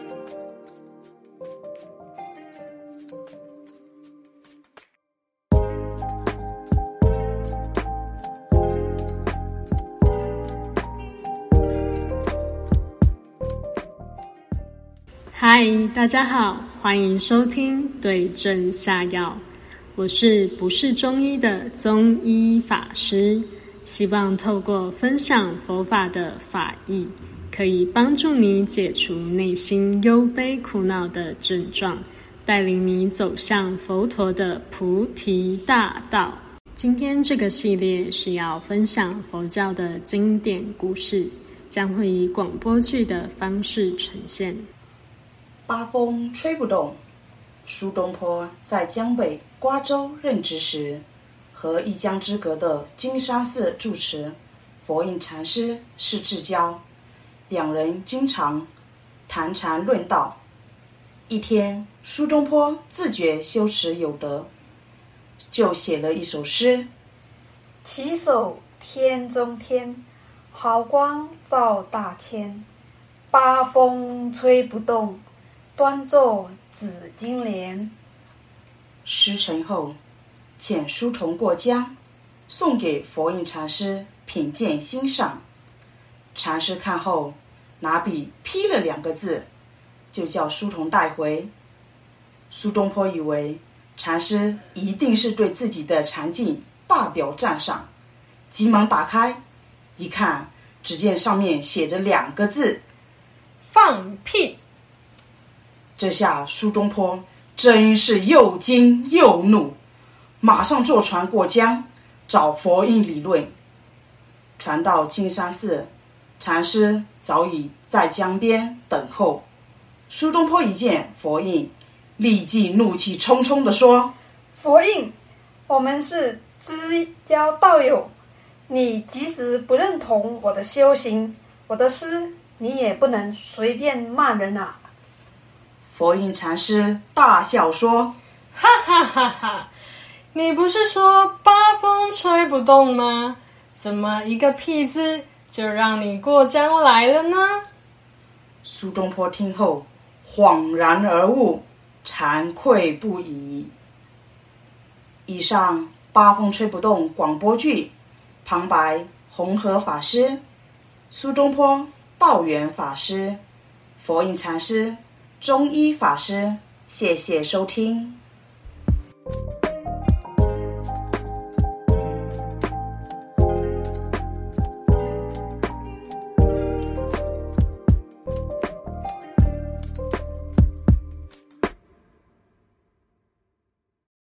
嗨，大家好，欢迎收听对症下药。我是不是中医的宗医法师，希望透过分享佛法的法义，可以帮助你解除内心忧悲苦恼的症状，带领你走向佛陀的菩提大道。今天这个系列是要分享佛教的经典故事，将会以广播剧的方式呈现。 八风吹不动。苏东坡在江北瓜州任职时，和一江之隔的金山寺住持佛印禅师是至交，两人经常谈禅论道。一天，苏东坡自觉修持有德，就写了一首诗： 起手天中天，好光照大千。八风吹不动，端坐紫金莲。 诗成后，遣书童过江，送给佛印禅师品鉴欣赏。禅师看后，拿笔批了2个字，就叫书童带回。苏东坡以为禅师一定是对自己的禅境大表赞赏，急忙打开一看，只见上面写着2个字： 放屁。 这下苏东坡真是又惊又怒，马上坐船过江，找佛印理论。船到金山寺，禅师早已在江边等候。苏东坡一见佛印，立即怒气冲冲地说： 佛印，我们是知交道友，你即使不认同我的修行，我的诗，你也不能随便骂人啊。 佛印禅师大笑说： 哈哈哈哈，你不是说八风吹不动吗？怎么一个屁字就让你过江来了呢？ 苏东坡听后恍然而悟，惭愧不已。以上八风吹不动广播剧，旁白弘和法师，苏东坡道元法师，佛印禅师，中医法师。谢谢收听。